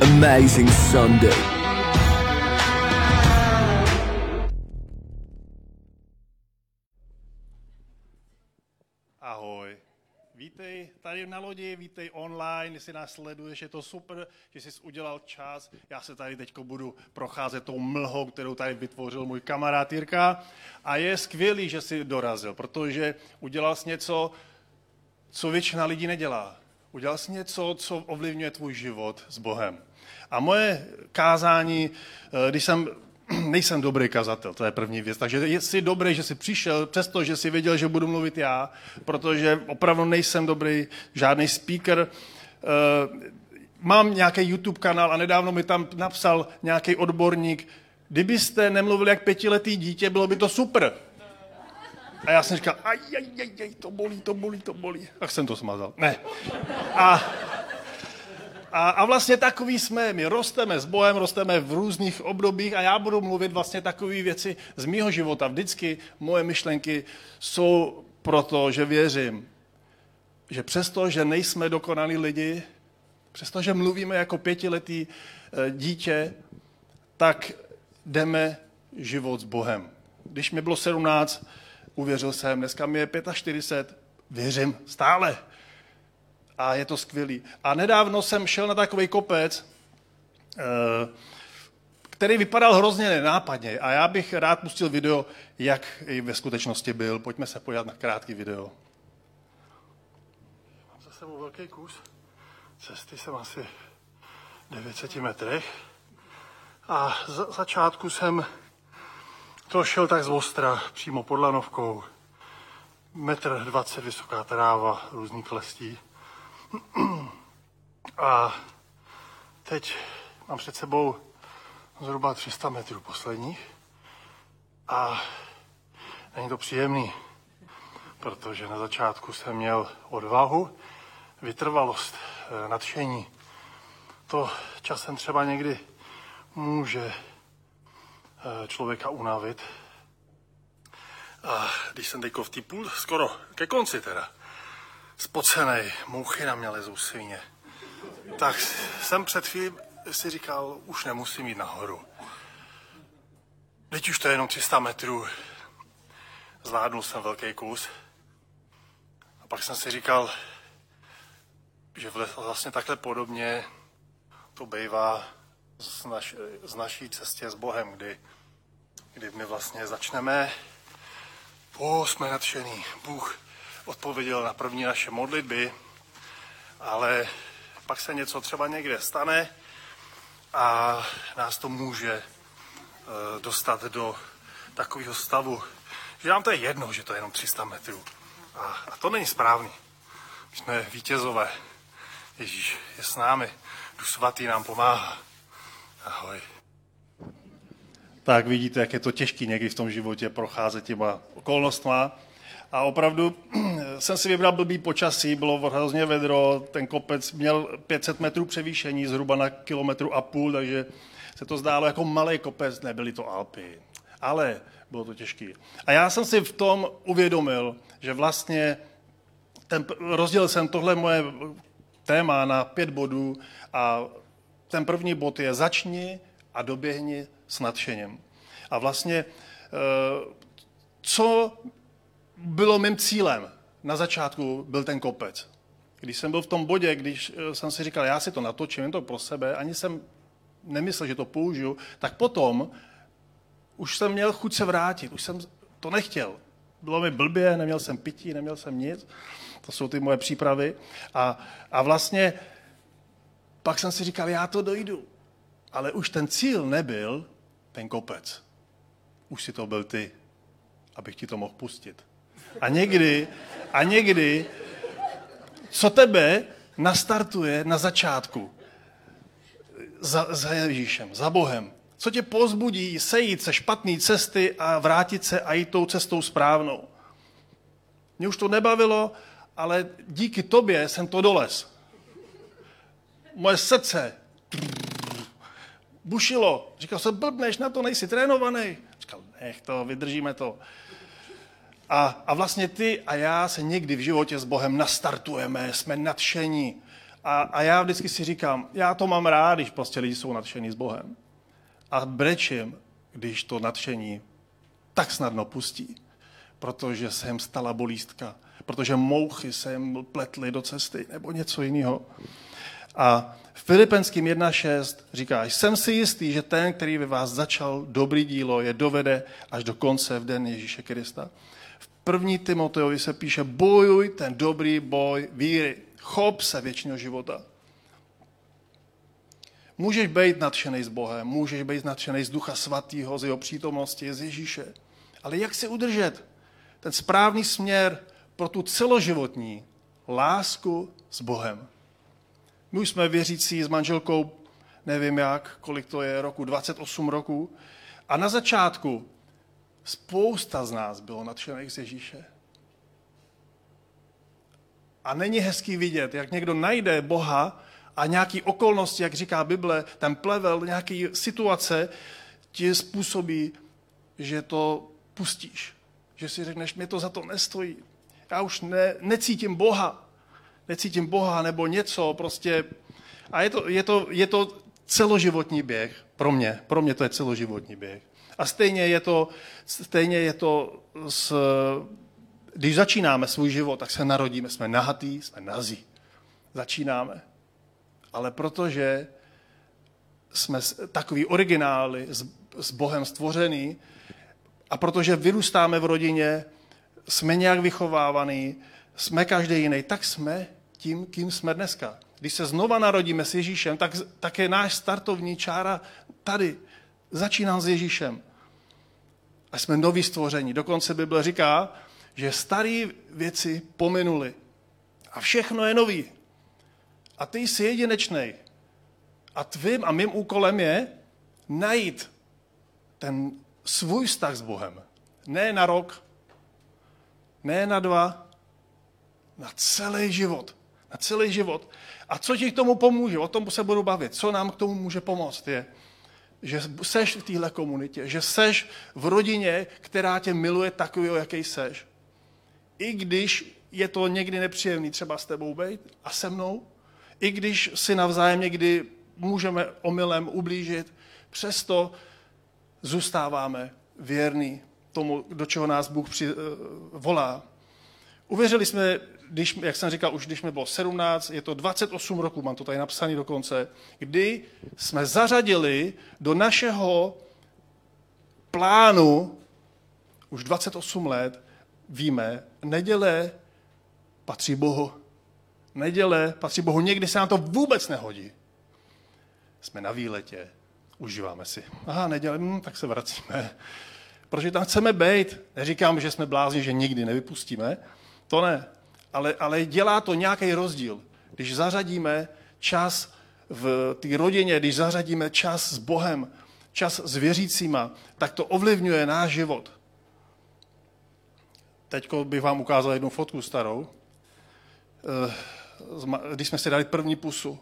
amazing Sunday. Ahoj. Vítej tady na lodi, vítej online, jestli nás sleduješ, je to super, že jsi udělal čas. Já se tady teďko budu procházet tou mlhou, kterou tady vytvořil můj kamarád Jirka. A je skvělý, že jsi dorazil, protože udělal jsi něco, co většina lidí nedělá. Udělal jsi něco, co ovlivňuje tvůj život s Bohem. A moje kázání, nejsem dobrý kazatel, to je první věc. Takže jsi dobrý, že jsi přišel, přesto, že jsi věděl, že budu mluvit já, protože opravdu nejsem dobrý, žádný speaker. Mám nějaký YouTube kanál a nedávno mi tam napsal nějaký odborník, kdybyste nemluvili jak 5letý dítě, bylo by to super. A já jsem říkal, to bolí. Tak jsem to smazal. Ne. A vlastně takový jsme, my rosteme s Bohem, rosteme v různých obdobích a já budu mluvit vlastně takové věci z mýho života. Vždycky moje myšlenky jsou proto, že věřím, že přesto, že nejsme dokonalí lidi, přesto, že mluvíme jako 5letý dítě, tak jdeme život s Bohem. Když mi bylo 17, uvěřil jsem, dneska mi je 45, věřím stále. A je to skvělý. A nedávno jsem šel na takový kopec, který vypadal hrozně nenápadně. A já bych rád pustil video, jak i ve skutečnosti byl. Pojďme se podívat na krátký video. Mám za sebou velký kus cesty, jsem asi 900 metrech. A za začátku jsem to šel tak zostra, přímo pod lanovkou. 1,20 m vysoká tráva, různý klestí. A teď mám před sebou zhruba 300 metrů posledních a není to příjemný, protože na začátku jsem měl odvahu, vytrvalost, nadšení. To časem třeba někdy může člověka unavit. A když jsem teďko v té skoro ke konci teda, spocenej, mouchy na mě lezou svině. Tak jsem před chvílí si říkal, už nemusím jít nahoru. Teď už to je jenom 300 metrů. Zvládnul jsem velký kus. A pak jsem si říkal, že vlastně takhle podobně to bývá z naší cestě s Bohem, kdy my vlastně začneme, jsme nadšený, Bůh odpověděl na první naše modlitby, ale pak se něco třeba někde stane a nás to může dostat do takového stavu, že nám to je jedno, že to je jenom 300 metrů. A to není správný. My jsme vítězové. Ježíš je s námi. Duch svatý nám pomáhá. Ahoj. Tak vidíte, jak je to těžké někdy v tom životě procházet těma okolnostma. A opravdu jsem si vybral blbý počasí, bylo hrozně vedro, ten kopec měl 500 metrů převýšení, zhruba na 1,5 kilometru, takže se to zdálo jako malý kopec, nebyly to Alpy, ale bylo to těžké. A já jsem si v tom uvědomil, že vlastně rozdělil jsem tohle moje téma na 5 bodů a ten první bod je začni a doběhni s nadšením. A vlastně co bylo mým cílem na začátku, byl ten kopec. Když jsem byl v tom bodě, když jsem si říkal, já si to natočím, jen to pro sebe, ani jsem nemyslel, že to použiju, tak potom už jsem měl chuť se vrátit, už jsem to nechtěl. Bylo mi blbě, neměl jsem pití, neměl jsem nic, to jsou ty moje přípravy. A vlastně pak jsem si říkal, já to dojdu. Ale už ten cíl nebyl ten kopec. Už si to byl ty, abych ti to mohl pustit. A někdy, co tebe nastartuje na začátku za Ježíšem, za Bohem, co tě povzbudí sejít se špatné cesty a vrátit se a jít tou cestou správnou. Mě už to nebavilo, ale díky tobě jsem to dolez. Moje srdce bušilo. Říkal jsem, blbneš na to, nejsi trénovaný. Říkal, nech to, vydržíme to. A vlastně ty a já se někdy v životě s Bohem nastartujeme, jsme nadšení A já vždycky si říkám, já to mám rád, když prostě lidi jsou nadšení s Bohem. A brečím, když to nadšení tak snadno pustí, protože se jim stala bolístka, protože mouchy se jim pletly do cesty nebo něco jiného. A v Filipenským 1.6 říká, jsem si jistý, že ten, který ve vás začal dobrý dílo, je dovede až do konce v den Ježíše Krista. V 1. Timotejovi se píše, bojuj ten dobrý boj víry, chop se věčného života. Můžeš být nadšený s Bohem, můžeš být nadšený z Ducha Svatého, z jeho přítomnosti, z Ježíše. Ale jak si udržet ten správný směr pro tu celoživotní lásku s Bohem? My už jsme věřící s manželkou, nevím jak, kolik to je roku, 28 roků. A na začátku spousta z nás bylo nadšených z Ježíše. A není hezký vidět, jak někdo najde Boha a nějaký okolnosti, jak říká Bible, ten plevel, nějaký situace ti způsobí, že to pustíš. Že si řekneš, mě to za to nestojí. Já už necítím Boha nebo něco prostě. A je to celoživotní běh pro mě. Pro mě to je celoživotní běh. A stejně je to když začínáme svůj život, tak se narodíme, jsme nahatý, jsme nazí. Začínáme. Ale protože jsme takový originály s Bohem stvořený a protože vyrůstáme v rodině, jsme nějak vychovávaný, jsme každý jiný, tak jsme tím, kým jsme dneska. Když se znova narodíme s Ježíšem, tak je náš startovní čára tady. Začínám s Ježíšem. A jsme noví stvoření. Dokonce Bible říká, že staré věci pominuly. A všechno je nový. A ty jsi jedinečnej. A tvým a mým úkolem je najít ten svůj vztah s Bohem. Ne na rok, ne na 2, na celý život. Na celý život. A co ti k tomu pomůže? O tom se budu bavit. Co nám k tomu může pomoct je, že seš v téhle komunitě, že seš v rodině, která tě miluje takového, jaký seš. I když je to někdy nepříjemný třeba s tebou být a se mnou, i když si navzájem někdy můžeme omylem ublížit, přesto zůstáváme věrní tomu, do čeho nás Bůh volá. Uvěřili jsme, jak jsem říkal, už když mi bylo 17, je to 28 roků, mám to tady napsané dokonce, kdy jsme zařadili do našeho plánu už 28 let, víme, neděle patří Bohu. Neděle patří Bohu, někdy se nám to vůbec nehodí. Jsme na výletě, užíváme si. Aha, neděle, tak se vracíme. Protože tam chceme být. Neříkám, že jsme blázni, že nikdy nevypustíme. To ne. Ale dělá to nějaký rozdíl. Když zařadíme čas v té rodině, když zařadíme čas s Bohem, čas s věřícíma, tak to ovlivňuje náš život. Teď bych vám ukázal jednu fotku starou, když jsme si dali první pusu.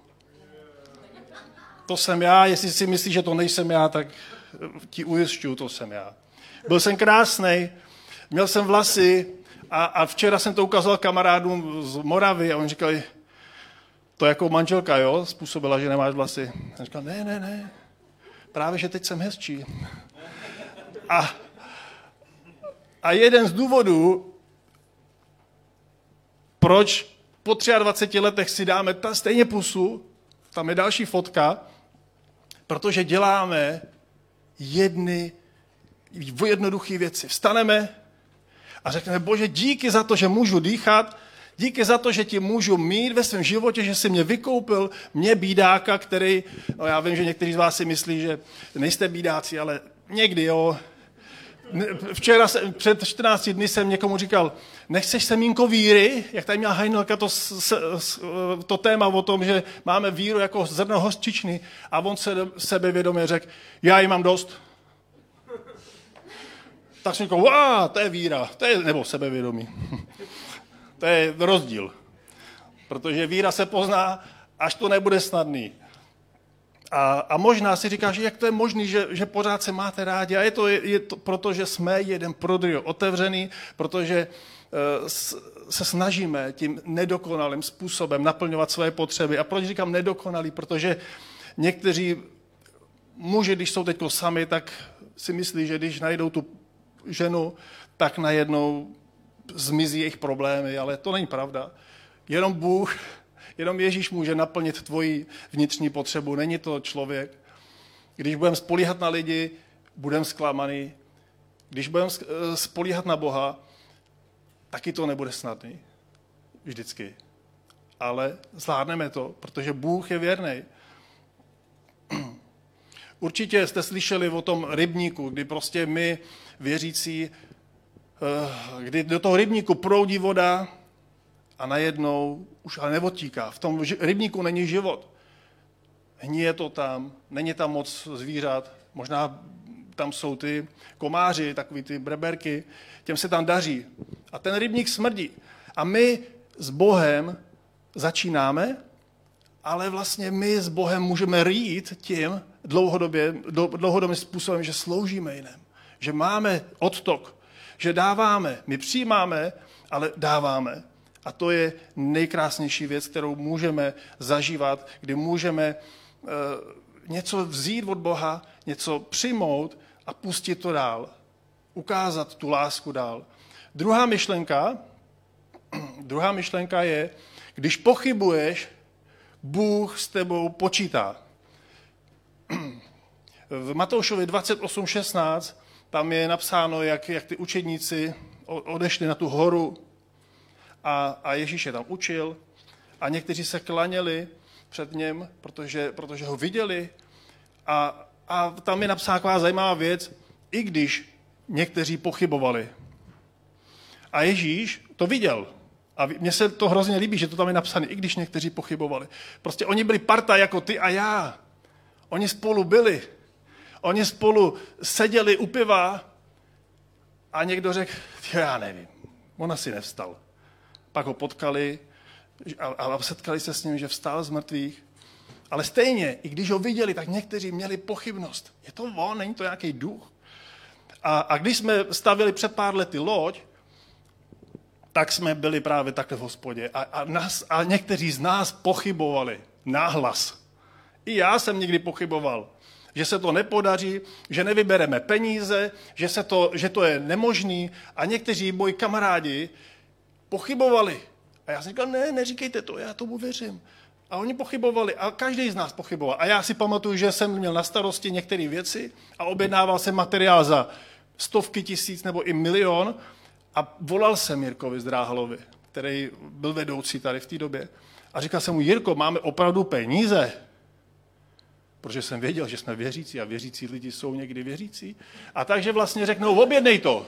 To jsem já, jestli si myslíš, že to nejsem já, tak ti ujišťuju, to jsem já. Byl jsem krásnej, měl jsem vlasy a včera jsem to ukazoval kamarádům z Moravy a oni říkali, to jako manželka, jo, způsobila, že nemáš vlasy. A říkal, ne, právě, že teď jsem hezčí. A jeden z důvodů, proč po 23 letech si dáme stejně pusu, tam je další fotka, protože děláme jednoduché věci. Vstaneme a řekneme, Bože, díky za to, že můžu dýchat, díky za to, že ti můžu mít ve svém životě, že jsi mě vykoupil, mě bídáka, který, no já vím, že někteří z vás si myslí, že nejste bídáci, ale někdy, jo. Včera, před 14 dny jsem někomu říkal, nechceš semínko víry, jak tady měla Heinelka to téma o tom, že máme víru jako zrno hořčičný a on se sebevědomě řekl, já ji mám dost. Tak jsem říkal, to je víra, nebo sebevědomí. To je rozdíl. Protože víra se pozná, až to nebude snadný. A možná si říkáš, jak to je možné, že pořád se máte rádi. A je to proto, že jsme jeden pro druhého otevřený, protože se snažíme tím nedokonalým způsobem naplňovat své potřeby. A proč říkám nedokonalý? Protože někteří muži, když jsou teď sami, tak si myslí, že když najdou tu ženu, tak najednou zmizí jejich problémy, ale to není pravda. Jenom Bůh, jenom Ježíš může naplnit tvoji vnitřní potřebu, není to člověk. Když budeme spolíhat na lidi, budeme zklamaný. Když budeme spolíhat na Boha, taky to nebude snadný. Vždycky. Ale zvládneme to, protože Bůh je věrný. Určitě jste slyšeli o tom rybníku, kdy prostě my, věřící, kdy do toho rybníku proudí voda a najednou už ale neodtíká. V tom rybníku není život. Hníje to tam, není tam moc zvířat, možná tam jsou ty komáři, takový ty breberky, těm se tam daří. A ten rybník smrdí. A my s Bohem začínáme, ale vlastně my s Bohem můžeme rýt tím dlouhodobým způsobem, že sloužíme jiným. Že máme odtok, že dáváme, my přijímáme, ale dáváme. A to je nejkrásnější věc, kterou můžeme zažívat, kdy můžeme něco vzít od Boha, něco přijmout a pustit to dál. Ukázat tu lásku dál. Druhá myšlenka je, když pochybuješ, Bůh s tebou počítá. V Matoušovi 28:16 tam je napsáno, jak ty učedníci odešli na tu horu a Ježíš je tam učil a někteří se klaněli před něm, protože ho viděli a tam je napsána taková zajímavá věc, i když někteří pochybovali. A Ježíš to viděl. A mně se to hrozně líbí, že to tam je napsané, i když někteří pochybovali. Prostě oni byli parta jako ty a já. Oni spolu byli. Oni spolu seděli u piva a někdo řekl, já nevím, on asi nevstal. Pak ho potkali a setkali se s ním, že vstal z mrtvých. Ale stejně, i když ho viděli, tak někteří měli pochybnost. Je to on, není to nějaký duch? A když jsme stavili před pár lety loď, tak jsme byli právě takhle v hospodě. A někteří z nás pochybovali nahlas. I já jsem někdy pochyboval, že se to nepodaří, že nevybereme peníze, že to je nemožný. A někteří moji kamarádi pochybovali. A já jsem říkal, ne, neříkejte to, já tomu věřím. A oni pochybovali a každý z nás pochyboval. A já si pamatuju, že jsem měl na starosti některé věci a objednával jsem materiál za stovky tisíc nebo i milion a volal jsem Jirkovi Zdráhalovi, který byl vedoucí tady v té době. A říkal jsem mu, Jirko, máme opravdu peníze? Protože jsem věděl, že jsme věřící a věřící lidi jsou někdy věřící. A takže vlastně řeknou, objednej to.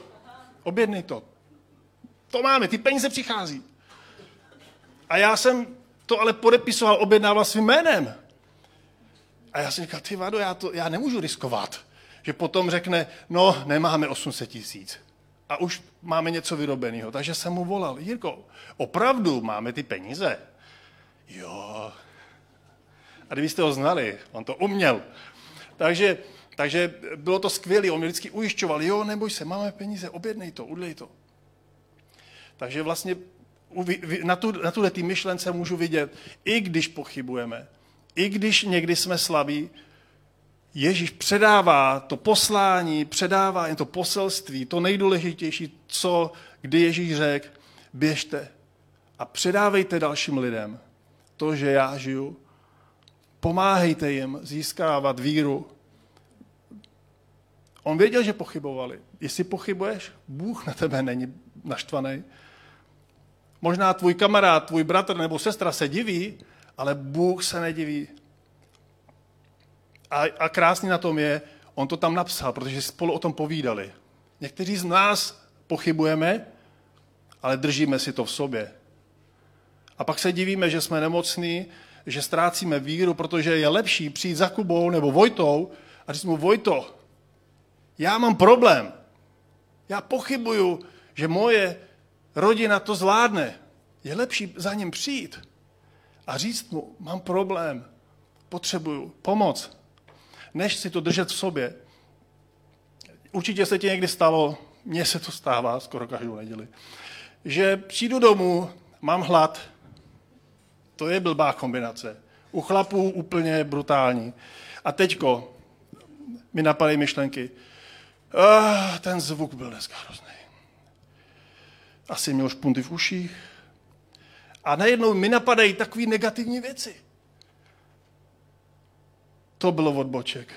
To máme, ty peníze přichází. A já jsem to ale podepisoval, objednával svým jménem. A já jsem říkal, ty vado, já nemůžu riskovat, že potom řekne, no, nemáme 800 000. A už máme něco vyrobeného. Takže jsem mu volal, Jirko, opravdu máme ty peníze? Jo. A kdybyste ho znali, on to uměl. Takže bylo to skvělé, on mě vždycky ujišťoval, jo, neboj se, máme peníze, objednej to, udlej to. Takže vlastně na tuhle myšlence můžu vidět, i když pochybujeme, i když někdy jsme slabí, Ježíš předává to poslání, předává jen to poselství, to nejdůležitější, kdy Ježíš řekl, běžte a předávejte dalším lidem to, že já žiju. Pomáhejte jim získávat víru. On věděl, že pochybovali. Jestli pochybuješ, Bůh na tebe není naštvaný. Možná tvůj kamarád, tvůj bratr nebo sestra se diví, ale Bůh se nediví. A krásný na tom je, on to tam napsal, protože spolu o tom povídali. Někteří z nás pochybujeme, ale držíme si to v sobě. A pak se divíme, že jsme nemocní, že ztrácíme víru, protože je lepší přijít za Kubou nebo Vojtou a říct mu, Vojto, já mám problém. Já pochybuju, že moje rodina to zvládne. Je lepší za ním přijít a říct mu, mám problém. potřebuju pomoc, než si to držet v sobě. Určitě se ti někdy stalo, mně se to stává skoro každou neděli, že přijdu domů, mám hlad, to je blbá kombinace. U chlapů úplně brutální. A teďko mi napadají myšlenky. Ten zvuk byl dneska hrozný. Asi měl špunty v uších. A najednou mi napadají takové negativní věci. To bylo odboček.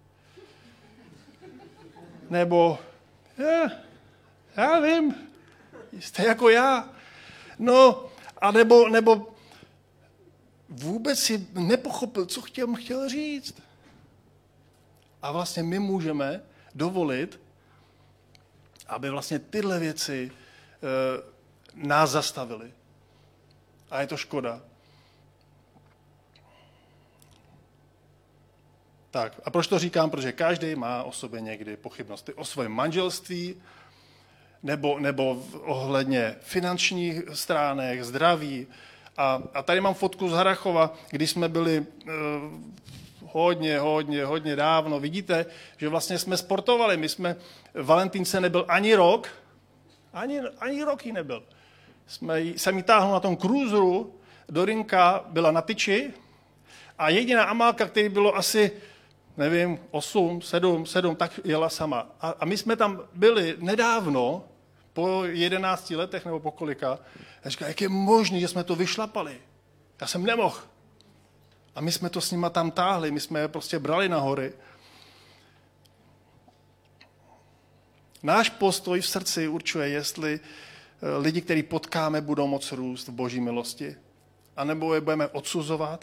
Nebo, já vím, jste jako já. No, a nebo vůbec si nepochopil, co chtěl říct. A vlastně my můžeme dovolit, aby vlastně tyhle věci nás zastavily. A je to škoda. Tak, a proč to říkám? Protože každý má o sobě někdy pochybnosti. O svém manželství, nebo ohledně finančních stránek, zdraví. A tady mám fotku z Harrachova, když jsme byli hodně dávno. Vidíte, že vlastně jsme sportovali. My jsme, Valentínce nebyl ani rok, ani rok jí nebyl. Jsem ji táhnul na tom cruiseru, Dorinka byla na tyči a jediná Amálka, který bylo asi, nevím, 8, 7, tak jela sama. A my jsme tam byli nedávno, po 11 letech nebo po kolika, a říkal, jak je možné, že jsme to vyšlapali. Já jsem nemohl. A my jsme to s nima tam táhli, my jsme je prostě brali na hory. Náš postoj v srdci určuje, jestli lidi, který potkáme, budou moc růst v Boží milosti, anebo je budeme odsuzovat.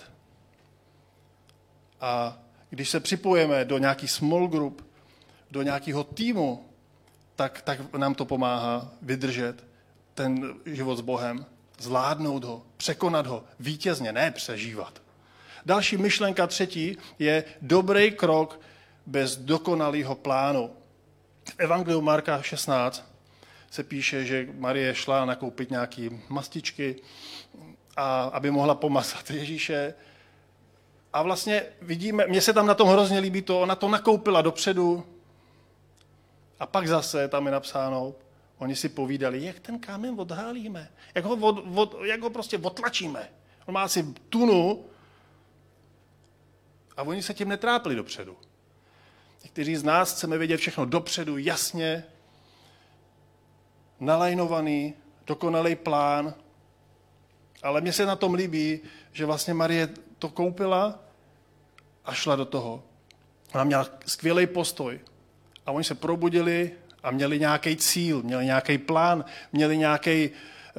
A když se připojíme do nějaký small group, do nějakého týmu, tak nám to pomáhá vydržet ten život s Bohem, zvládnout ho, překonat ho, vítězně, ne přežívat. Další myšlenka, třetí, je dobrý krok bez dokonalého plánu. V Evangeliu Marka 16 se píše, že Marie šla nakoupit nějaké mastičky, aby mohla pomazat Ježíše. A vlastně vidíme, mně se tam na tom hrozně líbí to, ona to nakoupila dopředu a pak zase tam je napsáno, oni si povídali, jak ten kámen odhálíme, jak ho prostě odtlačíme. On má asi tunu a oni se tím netrápili dopředu. Někteří z nás chceme vědět všechno dopředu, jasně, nalajnovaný, dokonalý plán, ale mně se na tom líbí, že vlastně Marie to koupila a šla do toho. Ona měla skvělý postoj a oni se probudili a měli nějaký cíl, měli nějaký plán, měli nějaký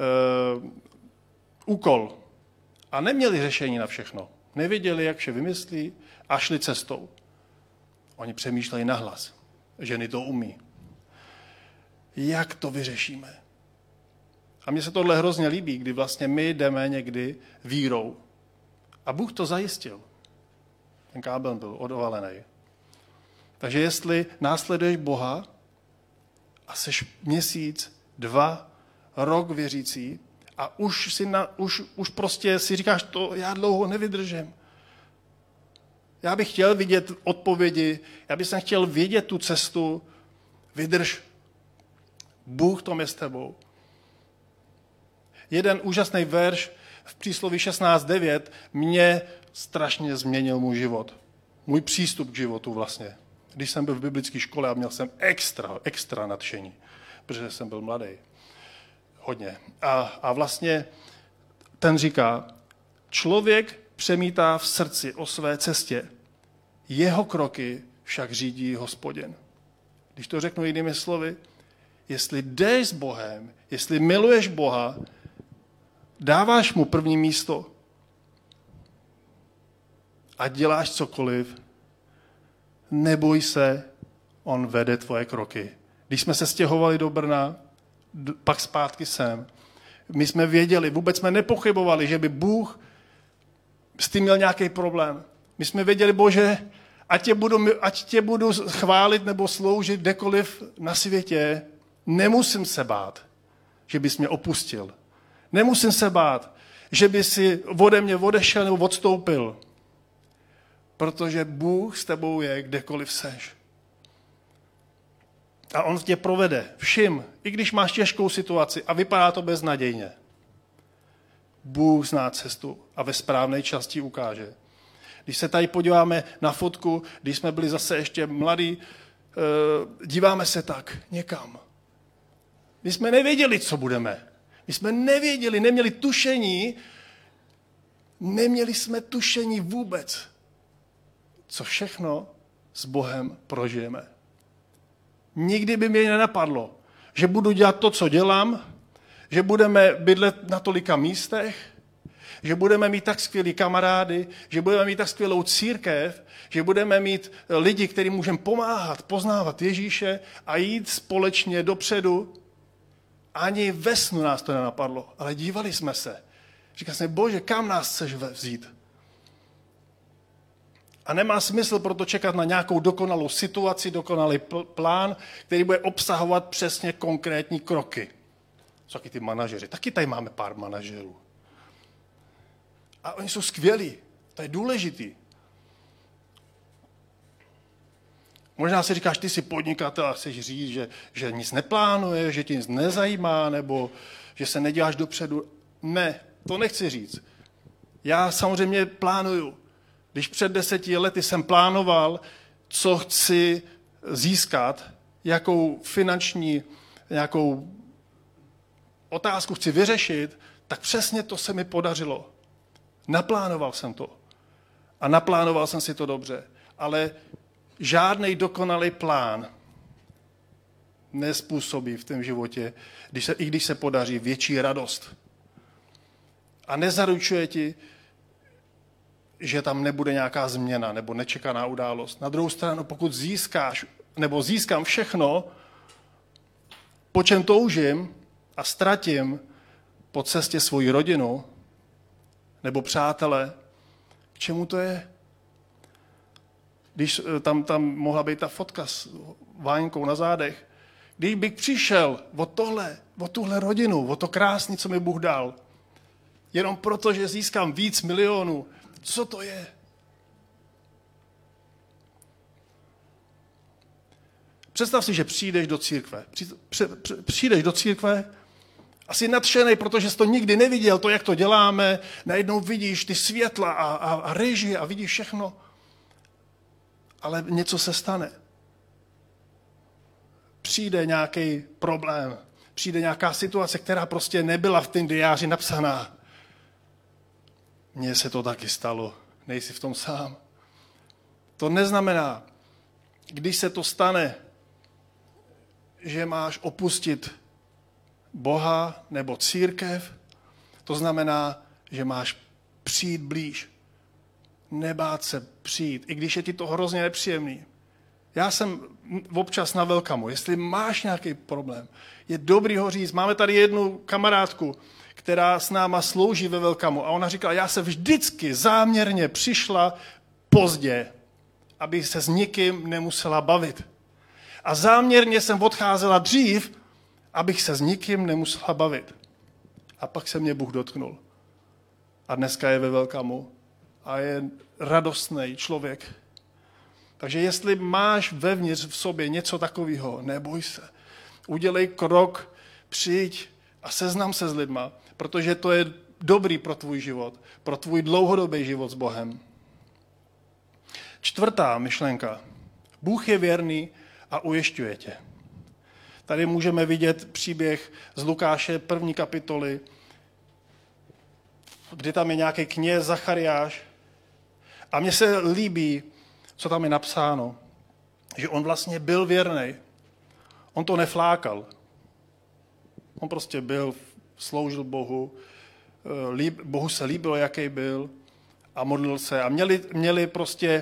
úkol a neměli řešení na všechno. Nevěděli, jak vše vymyslí a šli cestou. Oni přemýšleli nahlas. Ženy to umí. Jak to vyřešíme? A mně se tohle hrozně líbí, kdy vlastně my jdeme někdy vírou. A Bůh to zajistil. Ten kábel byl odvalený. Takže jestli následuješ Boha a seš měsíc, 2, rok věřící a už prostě si říkáš, to já dlouho nevydržím. Já bych chtěl vidět odpovědi, já bych chtěl vědět tu cestu, vydrž. Bůh tom je s tebou. Jeden úžasný verš v přísloví 16:9 mě strašně změnil můj život. Můj přístup k životu vlastně. Když jsem byl v biblické škole a měl jsem extra nadšení, protože jsem byl mladý. Hodně. A vlastně ten říká, člověk přemítá v srdci o své cestě, jeho kroky však řídí Hospodin. Když to řeknu jinými slovy, jestli jdeš s Bohem, jestli miluješ Boha, dáváš mu první místo a děláš cokoliv, neboj se, on vede tvoje kroky. Když jsme se stěhovali do Brna, pak zpátky sem, my jsme věděli, vůbec jsme nepochybovali, že by Bůh s tím měl nějaký problém. My jsme věděli, Bože, ať tě budu chválit nebo sloužit kdekoliv na světě, nemusím se bát, že bys mě opustil. Nemusím se bát, že by si ode mě odešel nebo odstoupil. Protože Bůh s tebou je, kdekoliv seš. A on tě provede všim, i když máš těžkou situaci a vypadá to beznadějně. Bůh zná cestu a ve správné časti ukáže. Když se tady podíváme na fotku, když jsme byli zase ještě mladí, díváme se tak někam. My jsme nevěděli, co budeme. My jsme nevěděli, neměli jsme tušení vůbec, co všechno s Bohem prožijeme. Nikdy by mě nenapadlo, že budu dělat to, co dělám, že budeme bydlet na tolika místech, že budeme mít tak skvělý kamarády, že budeme mít tak skvělou církev, že budeme mít lidi, kterým můžeme pomáhat, poznávat Ježíše a jít společně dopředu. Ani ve snu nás to nenapadlo, ale dívali jsme se. Říkali jsme, Bože, kam nás chceš vzít? A nemá smysl proto čekat na nějakou dokonalou situaci, dokonalý plán, který bude obsahovat přesně konkrétní kroky. Co taky ty manažeři? Taky tady máme pár manažerů. A oni jsou skvělí. To je důležitý. Možná si říkáš, ty jsi podnikatel a chceš říct, že nic neplánuješ, že tě nic nezajímá, nebo že se neděláš dopředu. Ne, to nechci říct. Já samozřejmě plánuju. Když před 10 lety jsem plánoval, co chci získat, jakou finanční, nějakou otázku chci vyřešit, tak přesně to se mi podařilo. Naplánoval jsem to. A naplánoval jsem si to dobře. Ale žádný dokonalý plán nezpůsobí v tom životě, i když se podaří, větší radost. A nezaručuje ti, že tam nebude nějaká změna nebo nečekaná událost. Na druhou stranu, pokud získám všechno, po čem toužím a ztratím po cestě svoji rodinu nebo přátele, k čemu to je? Když tam mohla být ta fotka s Váňkou na zádech. Když bych přišel o tuhle rodinu, o to krásný, co mi Bůh dal, jenom proto, že získám víc milionů, co to je? Představ si, že přijdeš do církve. Přijdeš do církve a jsi nadšenej, protože jsi to nikdy neviděl, to, jak to děláme. Najednou vidíš ty světla a režii a vidíš všechno. Ale něco se stane. Přijde nějaký problém, přijde nějaká situace, která prostě nebyla v tom diáři napsaná. Mně se to taky stalo, nejsi v tom sám. To neznamená, když se to stane, že máš opustit Boha nebo církev, to znamená, že máš přijít blíž. Nebát se přijít, i když je ti to hrozně nepříjemný. Já jsem občas na Welcomu, jestli máš nějaký problém, je dobrý ho říct. Máme tady jednu kamarádku, která s náma slouží ve Welcomu a ona říkala, já se vždycky záměrně přišla pozdě, aby se s nikým nemusela bavit. A záměrně jsem odcházela dřív, abych se s nikým nemusela bavit. A pak se mě Bůh dotknul. A dneska je ve Welcomu a je radostný člověk. Takže jestli máš vevnitř v sobě něco takového, neboj se. Udělej krok, přijď a seznam se s lidma, protože to je dobrý pro tvůj život, pro tvůj dlouhodobý život s Bohem. 4. myšlenka. Bůh je věrný a ujišťuje tě. Tady můžeme vidět příběh z Lukáše 1. kapitoly, kdy tam je nějaký kněz Zachariáš. A mně se líbí, co tam je napsáno, že on vlastně byl věrný. On to neflákal. On prostě byl, sloužil Bohu, Bohu se líbilo, jaký byl a modlil se. A měli prostě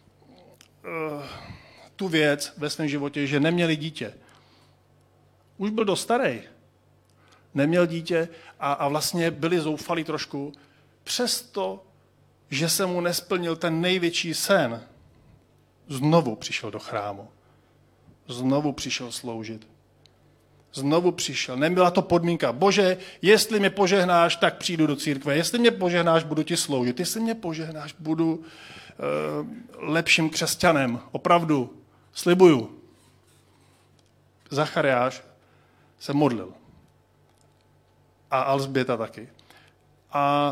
tu věc ve svém životě, že neměli dítě. Už byl dost starý. Neměl dítě a vlastně byli zoufalí trošku. Přesto, že se mu nesplnil ten největší sen, znovu přišel do chrámu. Znovu přišel sloužit. Znovu přišel. Nebyla to podmínka. Bože, jestli mě požehnáš, tak přijdu do církve. Jestli mě požehnáš, budu ti sloužit. Jestli mě požehnáš, budu lepším křesťanem. Opravdu, slibuju. Zachariáš se modlil. A Alžběta taky. A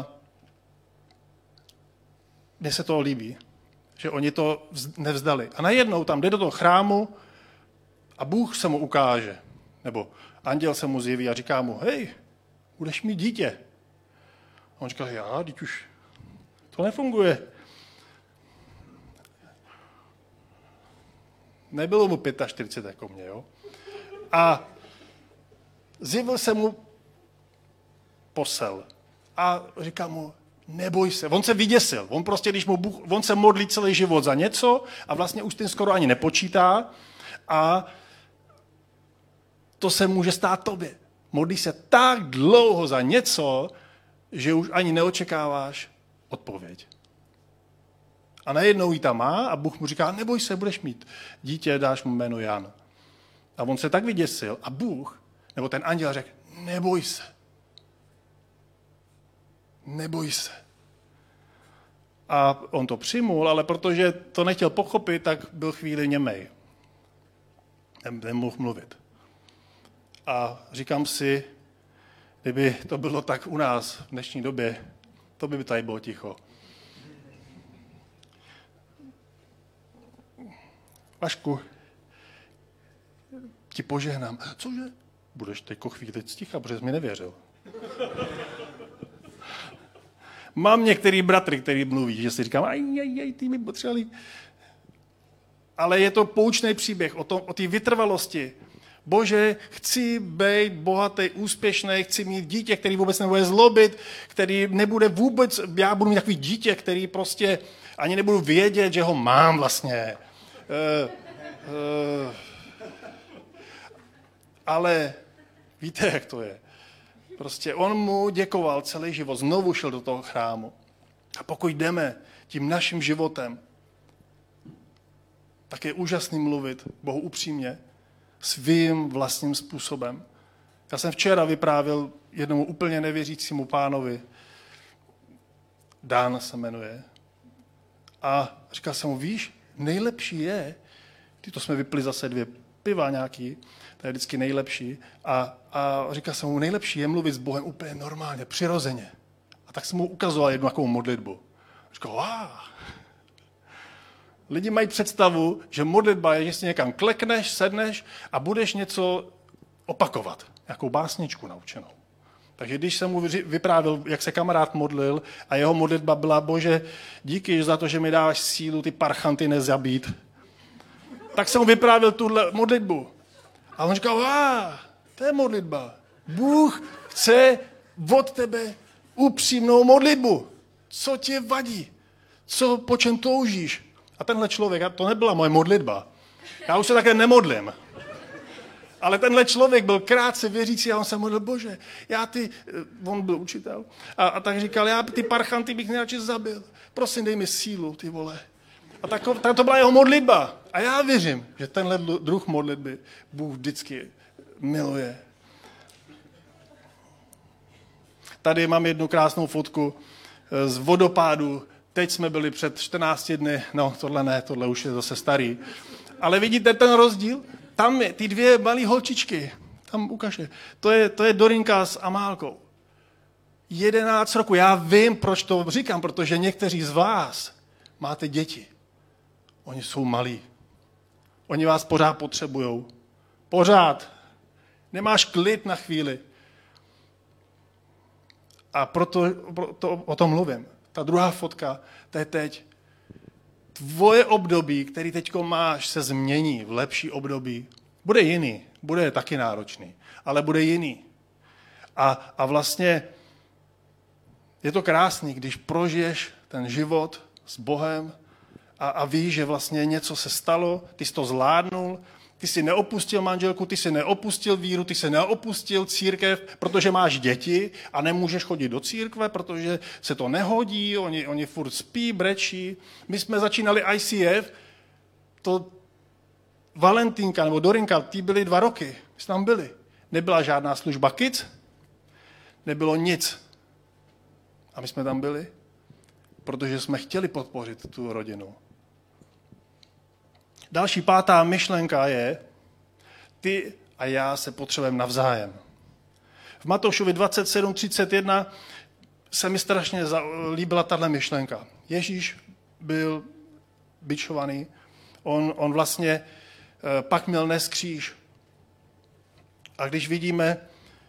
mně se to líbí, že oni to nevzdali. A najednou tam jde do toho chrámu a Bůh se mu ukáže. Nebo anděl se mu zjeví a říká mu, hej, budeš mít dítě. A on říká, já, teď už to nefunguje. Nebylo mu 45 jako mě, jo. A zjevil se mu posel. A říká mu, neboj se. On se vyděsil. On prostě, když mu Bůh, on se modlí celý život za něco a vlastně už tím skoro ani nepočítá a to se může stát tobě. Modlí se tak dlouho za něco, že už ani neočekáváš odpověď. A najednou ji tam má a Bůh mu říká, neboj se, budeš mít dítě, dáš mu jméno Jan. A on se tak vyděsil a Bůh, nebo ten anděl řekl, neboj se. Neboj se. A on to přijmul, ale protože to nechtěl pochopit, tak byl chvíli němej. Nemohl mluvit. A říkám si, kdyby to bylo tak u nás v dnešní době, to by tady bylo ticho. Vašku, ti požehnám. Cože? Budeš teďko chvíli sticha, protože jsi mi nevěřil. Mám některý bratry, který mluví, že si říkám, ty mi potřebovali. Ale je to poučný příběh o té vytrvalosti. Bože, chci být bohatý, úspěšný, chci mít dítě, který vůbec nebude zlobit, který nebude vůbec, já budu mít takový dítě, který prostě ani nebudu vědět, že ho mám vlastně. Ale víte, jak to je. Prostě on mu děkoval celý život, znovu šel do toho chrámu. A pokud jdeme tím naším životem, tak je úžasný mluvit Bohu upřímně, svým vlastním způsobem. Já jsem včera vyprávěl jednomu úplně nevěřícímu pánovi, Dan se jmenuje, a říkal jsem mu, víš, nejlepší je, to jsme vypili zase 2 piva nějaký, to je vždycky nejlepší, a říkal jsem mu, nejlepší je mluvit s Bohem úplně normálně, přirozeně. A tak jsem mu ukazoval jednu takovou modlitbu. Říkal, wow. Lidi mají představu, že modlitba je, že si někam klekneš, sedneš a budeš něco opakovat. Nějakou básničku naučenou. Takže když jsem mu vyprávěl, jak se kamarád modlil a jeho modlitba byla, Bože, díky za to, že mi dáváš sílu ty parchanty nezabít, tak jsem mu vyprávěl tuhle modlitbu. A on říkal, to je modlitba. Bůh chce od tebe upřímnou modlitbu. Co tě vadí? Po čem toužíš? A tenhle člověk, to nebyla moje modlitba. Já už se také nemodlím. Ale tenhle člověk byl krátce věřící a on se modlil, Bože, on byl učitel, a tak říkal, já ty parchanty bych nejradši zabil. Prosím, dej mi sílu, ty vole. A tak to byla jeho modlitba. A já věřím, že tenhle druh modlitby Bůh vždycky miluje. Tady mám jednu krásnou fotku z vodopádu. Teď jsme byli před 14 dny, tohle ne, tohle už je zase starý. Ale vidíte ten rozdíl? Tam je ty 2 malé holčičky, tam ukaže. To je Dorinka s Amálkou. 11 roku. Já vím, proč to říkám, protože někteří z vás máte děti. Oni jsou malí. Oni vás pořád potřebujou. Pořád. Nemáš klid na chvíli. A proto o tom mluvím. Ta druhá fotka, to je teď. Tvoje období, který teďko máš, se změní v lepší období. Bude jiný, bude taky náročný, ale bude jiný. A vlastně je to krásný, když prožiješ ten život s Bohem a víš, že vlastně něco se stalo, ty jsi to zvládnul, ty jsi neopustil manželku, ty jsi neopustil víru, ty jsi neopustil církev, protože máš děti a nemůžeš chodit do církve, protože se to nehodí, oni furt spí, brečí. My jsme začínali ICF, to Valentínka nebo Dorinka, ty byly 2 roky, my jsme tam byli. Nebyla žádná služba kids, nebylo nic. A my jsme tam byli. protože jsme chtěli podpořit tu rodinu. Další pátá myšlenka je, ty a já se potřebujeme navzájem. V Matoušovi 27:31 se mi strašně líbila tahle myšlenka. Ježíš byl bičovaný, on vlastně pak měl nést kříž. A když vidíme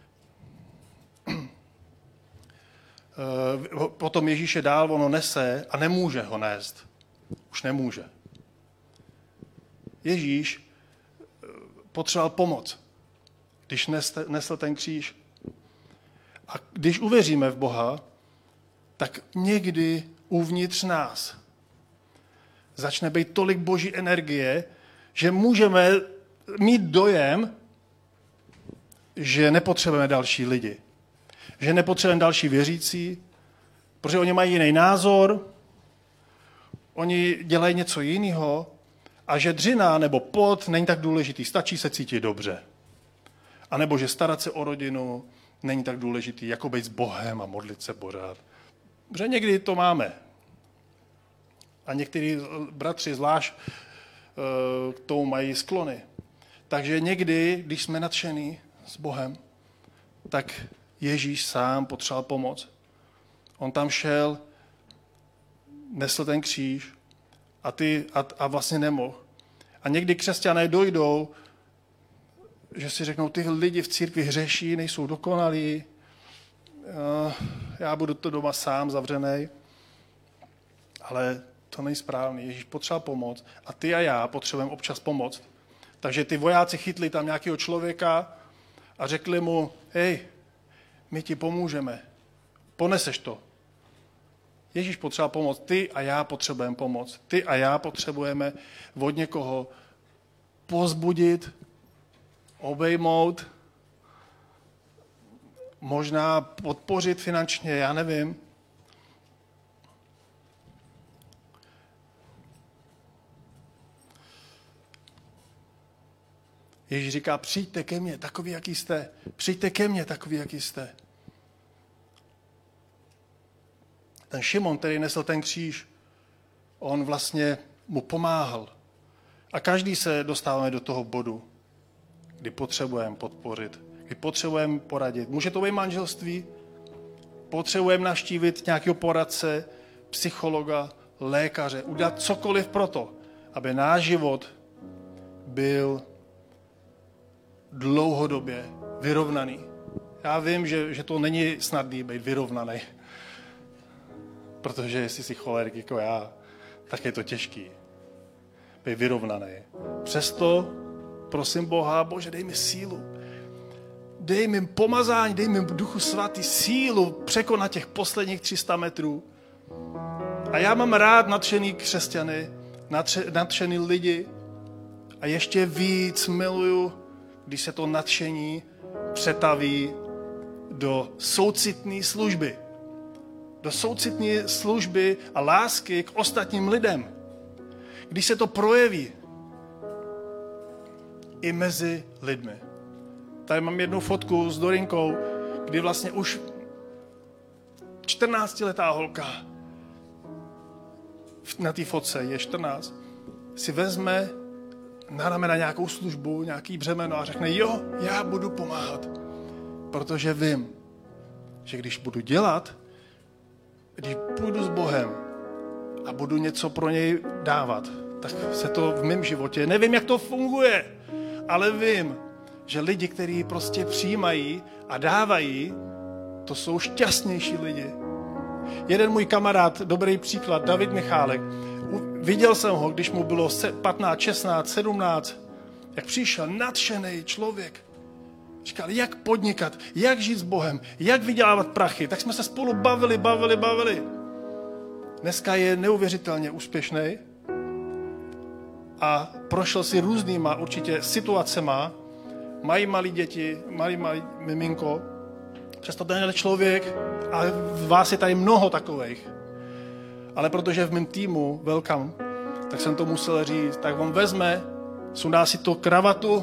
potom Ježíše dál, ono nese a nemůže ho nést. Už nemůže. Ježíš potřeboval pomoc, když nesl ten kříž. A když uvěříme v Boha, tak někdy uvnitř nás začne být tolik boží energie, že můžeme mít dojem, že nepotřebujeme další lidi. Že nepotřebujeme další věřící, protože oni mají jiný názor, oni dělají něco jiného a že dřina nebo pot není tak důležitý, stačí se cítit dobře. A nebo že starat se o rodinu není tak důležitý, jako být s Bohem a modlit se pořád. Protože někdy to máme. A někteří bratři zvlášť k tomu mají sklony. Takže někdy, když jsme nadšení s Bohem, tak Ježíš sám potřeboval pomoc. On tam šel, nesl ten kříž a vlastně nemohl. A někdy křesťané dojdou, že si řeknou, ty lidi v církvi hřeší, nejsou dokonalí, já budu to doma sám zavřenej. Ale to není správný. Ježíš potřeboval pomoc a ty a já potřebujeme občas pomoct. Takže ty vojáci chytli tam nějakého člověka a řekli mu, hej, my ti pomůžeme, poneseš to. Ježíš potřeboval pomoc, ty a já potřebujeme pomoc. Ty a já potřebujeme od někoho povzbudit, obejmout, možná podpořit finančně, já nevím. Ježíš říká, přijďte ke mně, takový, jaký jste. Přijďte ke mně, takový, jaký jste. Ten Šimon, který nesl ten kříž, on vlastně mu pomáhal. A každý se dostáváme do toho bodu, kdy potřebujeme podpořit, kdy potřebujeme poradit. Může to být manželství, potřebujeme navštívit nějakého poradce, psychologa, lékaře, udělat cokoliv pro to, aby náš život byl dlouhodobě vyrovnaný. Já vím, že to není snadný být vyrovnaný, protože jestli jsi cholerik jako já, tak je to těžký být vyrovnaný. Přesto prosím Boha, Bože, dej mi sílu. Dej mi pomazání, dej mi Duchu Svatý sílu překonat těch posledních 300 metrů. A já mám rád nadšený křesťany, nadšený lidi a ještě víc miluju, když se to nadšení přetaví do soucitné služby. Do soucitné služby a lásky k ostatním lidem. Když se to projeví i mezi lidmi. Tady mám jednu fotku s Dorinkou, kdy vlastně už 14letá holka na té fotce, je 14, si vezme na ramena nějakou službu, nějaký břemeno a řekne, jo, já budu pomáhat, protože vím, že když budu dělat, když půjdu s Bohem a budu něco pro něj dávat, tak se to v mém životě, nevím, jak to funguje, ale vím, že lidi, kteří prostě přijímají a dávají, to jsou šťastnější lidi. Jeden můj kamarád, dobrý příklad, David Michálek, viděl jsem ho, když mu bylo 15, 16, 17, jak přišel nadšený člověk. Říkal, jak podnikat, jak žít s Bohem, jak vydělávat prachy. Tak jsme se spolu bavili. Dneska je neuvěřitelně úspěšný a prošel si různýma určitě situacema, mají malí děti, malý miminko. Přesto ten člověk, a vás je tady mnoho takových, ale protože v mém týmu Welcome, tak jsem to musel říct, tak on vezme, sundá si to kravatu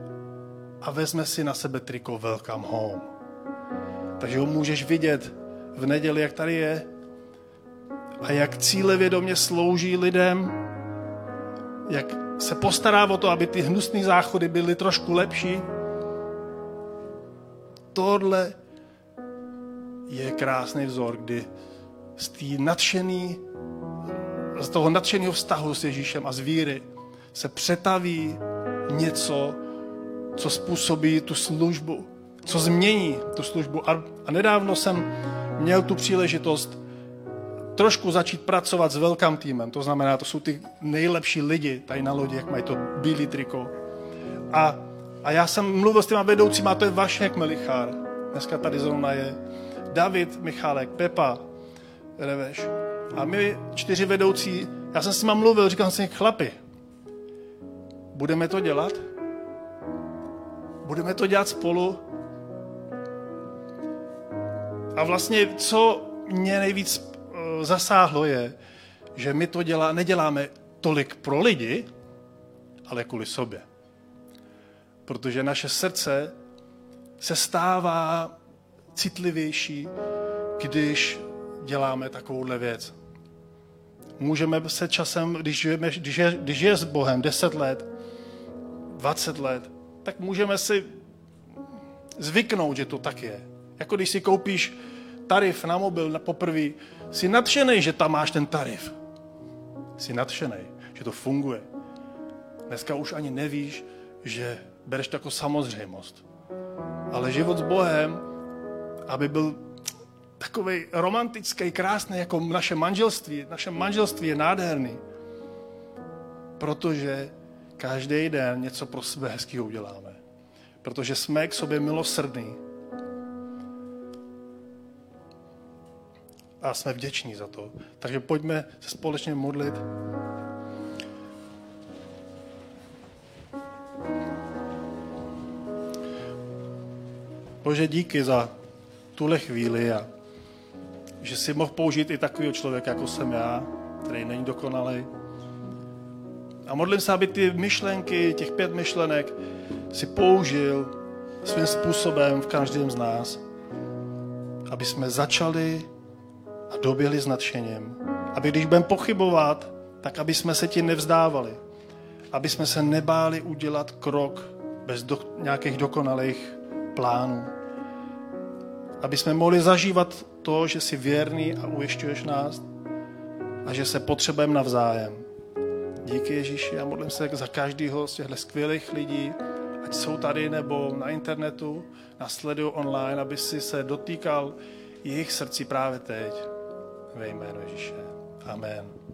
a vezme si na sebe triko Welcome Home. Takže ho můžeš vidět v neděli, jak tady je, a jak cílevědomě slouží lidem, jak se postará o to, aby ty hnusné záchody byly trošku lepší. Tohle je krásný vzor, kdy z toho nadšeného vztahu s Ježíšem a z víry se přetaví něco, co způsobí tu službu, co změní tu službu. A nedávno jsem měl tu příležitost trošku začít pracovat s velkým týmem. To znamená, to jsou ty nejlepší lidi tady na lodi, jak mají to bílý triko. A já jsem mluvil s těma vedoucíma, to je Vašek Melichár. Dneska tady zrovna je David Michálek, Pepa Reveš. A my 4 vedoucí, já jsem s nima mluvil, říkal jsem si, chlapi, budeme to dělat? Budeme to dělat spolu? A vlastně, co mě nejvíc zasáhlo je, že my to neděláme tolik pro lidi, ale kvůli sobě. Protože naše srdce se stává citlivější, když děláme takovouhle věc. Můžeme se časem, když je s Bohem 10 let, 20 let, tak můžeme si zvyknout, že to tak je. Jako když si koupíš tarif na mobil na poprvé, jsi nadšenej, že tam máš ten tarif. Jsi nadšenej, že to funguje. Dneska už ani nevíš, že bereš to jako samozřejmost. Ale život s Bohem, aby byl takovej romantický, krásný, jako naše manželství je nádherný. Protože každý den něco pro sebe hezkýho uděláme. Protože jsme k sobě milosrdní. A jsme vděční za to. Takže pojďme se společně modlit. Bože, díky za tuhle chvíli a že jsi mohl použít i takového člověka, jako jsem já, který není dokonalý. A modlím se, aby ty myšlenky, těch 5 myšlenek, si použil svým způsobem v každém z nás. Aby jsme začali a doběhli s nadšením. Aby když budeme pochybovat, tak aby jsme se ti nevzdávali. Aby jsme se nebáli udělat krok bez nějakých dokonalých plánů. Aby jsme mohli zažívat to, že jsi věrný a ujišťuješ nás a že se potřebujeme navzájem. Díky Ježíši a modlím se za každého z těchto skvělých lidí, ať jsou tady nebo na internetu, na sledují online, aby si se dotýkal jejich srdcí právě teď. Ve jménu Ježíše. Amen.